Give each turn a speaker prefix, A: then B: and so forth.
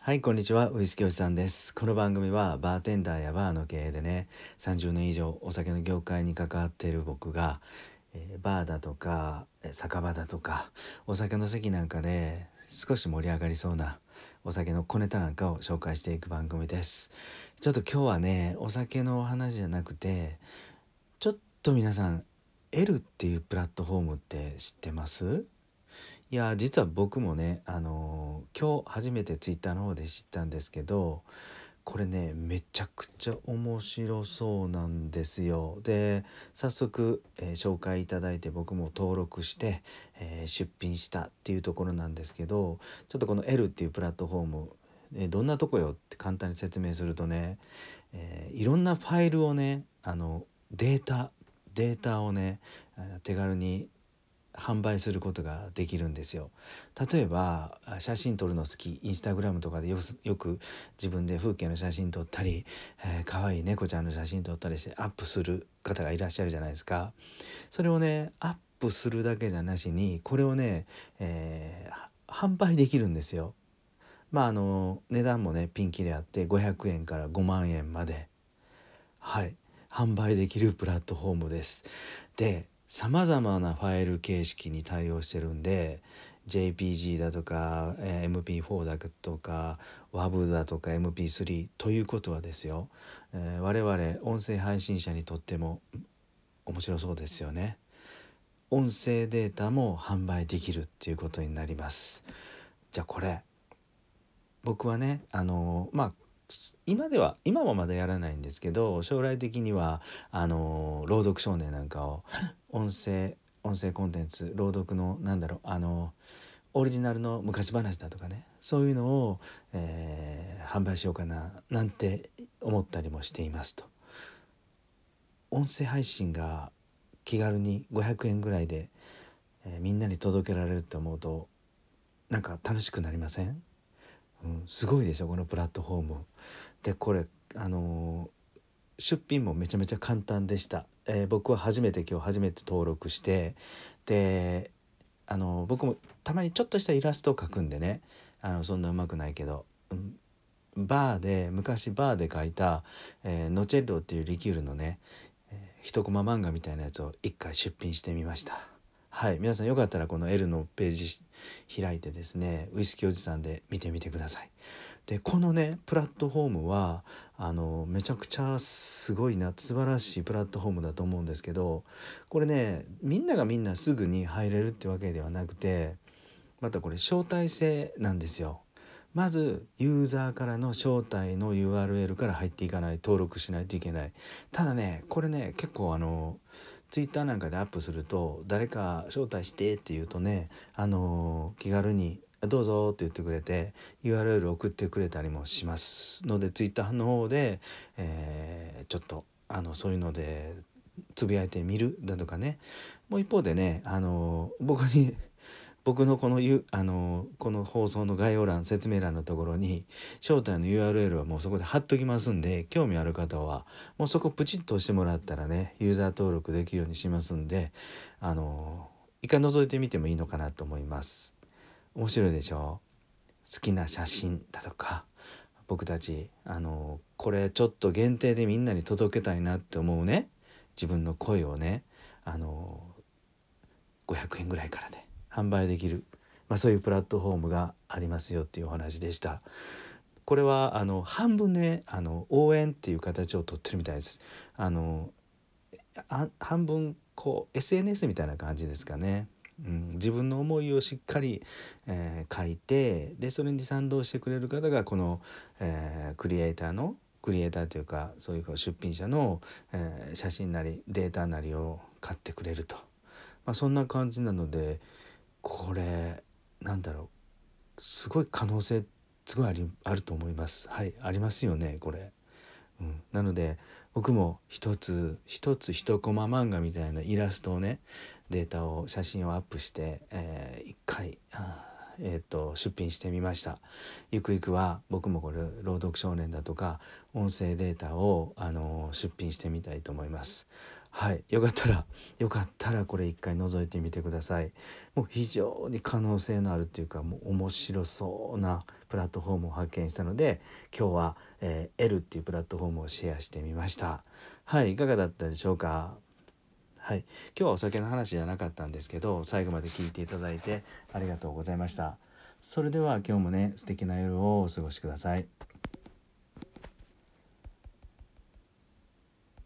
A: はい、こんにちは。ウイスキーおじさんです。この番組はバーテンダーやバーの経営でね、30年以上お酒の業界に関わっている僕が、バーだとか酒場だとかお酒の席なんかで少し盛り上がりそうなお酒の小ネタなんかを紹介していく番組です。ちょっと今日はね、お酒の話じゃなくて、ちょっと皆さん L っていうプラットフォームって知ってます？いや実は僕もね、今日初めてツイッターの方で知ったんですけど、これねめちゃくちゃ面白そうなんですよ。で早速、紹介いただいて僕も登録して、出品したっていうところなんですけど、ちょっとこの L っていうプラットフォーム、どんなとこよって簡単に説明するとね、いろんなファイルをね、データをね、手軽に販売することができるんですよ。例えば写真撮るの好き、インスタグラムとかでよく自分で風景の写真撮ったり、可愛い猫ちゃんの写真撮ったりしてアップする方がいらっしゃるじゃないですか。それをねアップするだけじゃなしに、これをね、販売できるんですよ。値段もねピンキリあって、500円から5万円まで、はい、販売できるプラットフォームです。で、様々なファイル形式に対応してるんで、JPG だとか、MP4 だとか WAV だとか MP3 ということはですよ、我々音声配信者にとっても面白そうですよね。音声データも販売できるっていうことになります。じゃあこれ僕はね、今はまだやらないんですけど、将来的には朗読少年なんかを音声コンテンツ、朗読のオリジナルの昔話だとかね、そういうのを、販売しようかななんて思ったりもしていますと。音声配信が気軽に500円ぐらいで、みんなに届けられるって思うとなんか楽しくなりません？すごいでしょこのプラットフォームで。これあの出品もめちゃめちゃ簡単でした。僕は今日初めて登録して、で僕もたまにちょっとしたイラストを描くんでね、そんな上手くないけど、昔バーで描いた、ノチェッロっていうリキュールのね、一コマ漫画みたいなやつを一回出品してみました。はい、皆さんよかったらこの L のページ開いてですね、ウイスキーおじさんで見てみてください。でこのねプラットフォームはめちゃくちゃすごいな、素晴らしいプラットフォームだと思うんですけど、これねみんながみんなすぐに入れるってわけではなくて、またこれ招待制なんですよ。まずユーザーからの招待の URL から入っていかない、登録しないといけない。ただねこれね結構ツイッターなんかでアップすると、誰か招待してって言うとね、気軽にどうぞって言ってくれて URL 送ってくれたりもしますので、ツイッターの方で、ちょっとそういうのでつぶやいてみるだとかね。もう一方でね、僕のこの放送の概要欄、説明欄のところに招待の URL はもうそこで貼っときますんで、興味ある方はもうそこプチッと押してもらったらね、ユーザー登録できるようにしますんで、一回覗いてみてもいいのかなと思います。面白いでしょ？好きな写真だとか、僕たちこれちょっと限定でみんなに届けたいなって思うね、自分の声をね、あの500円ぐらいからで販売できる、そういうプラットフォームがありますよっていうお話でした。これは半分ね応援っていう形をとってるみたいです。あの半分こう SNS みたいな感じですかね。自分の思いをしっかり、書いて、でそれに賛同してくれる方がこの、クリエイターというか、そういう出品者の、写真なりデータなりを買ってくれると、そんな感じなので、これなんだろすごい可能性すごいあると思います。はい、ありますよねこれ。なので僕も一つ一コマ漫画みたいなイラストをね、写真をアップして、一回出品してみました。ゆくゆくは僕もこれ朗読少年だとか音声データを出品してみたいと思います。 はい、よかったらこれ一回覗いてみてください。もう非常に可能性のあるっていうか、もう面白そうなプラットフォームを発見したので、今日は、L っていうプラットフォームをシェアしてみました。はい、いかがだったでしょうか。はい、今日はお酒の話じゃなかったんですけど、最後まで聞いていただいてありがとうございました。それでは今日もね、素敵な夜をお過ごしください。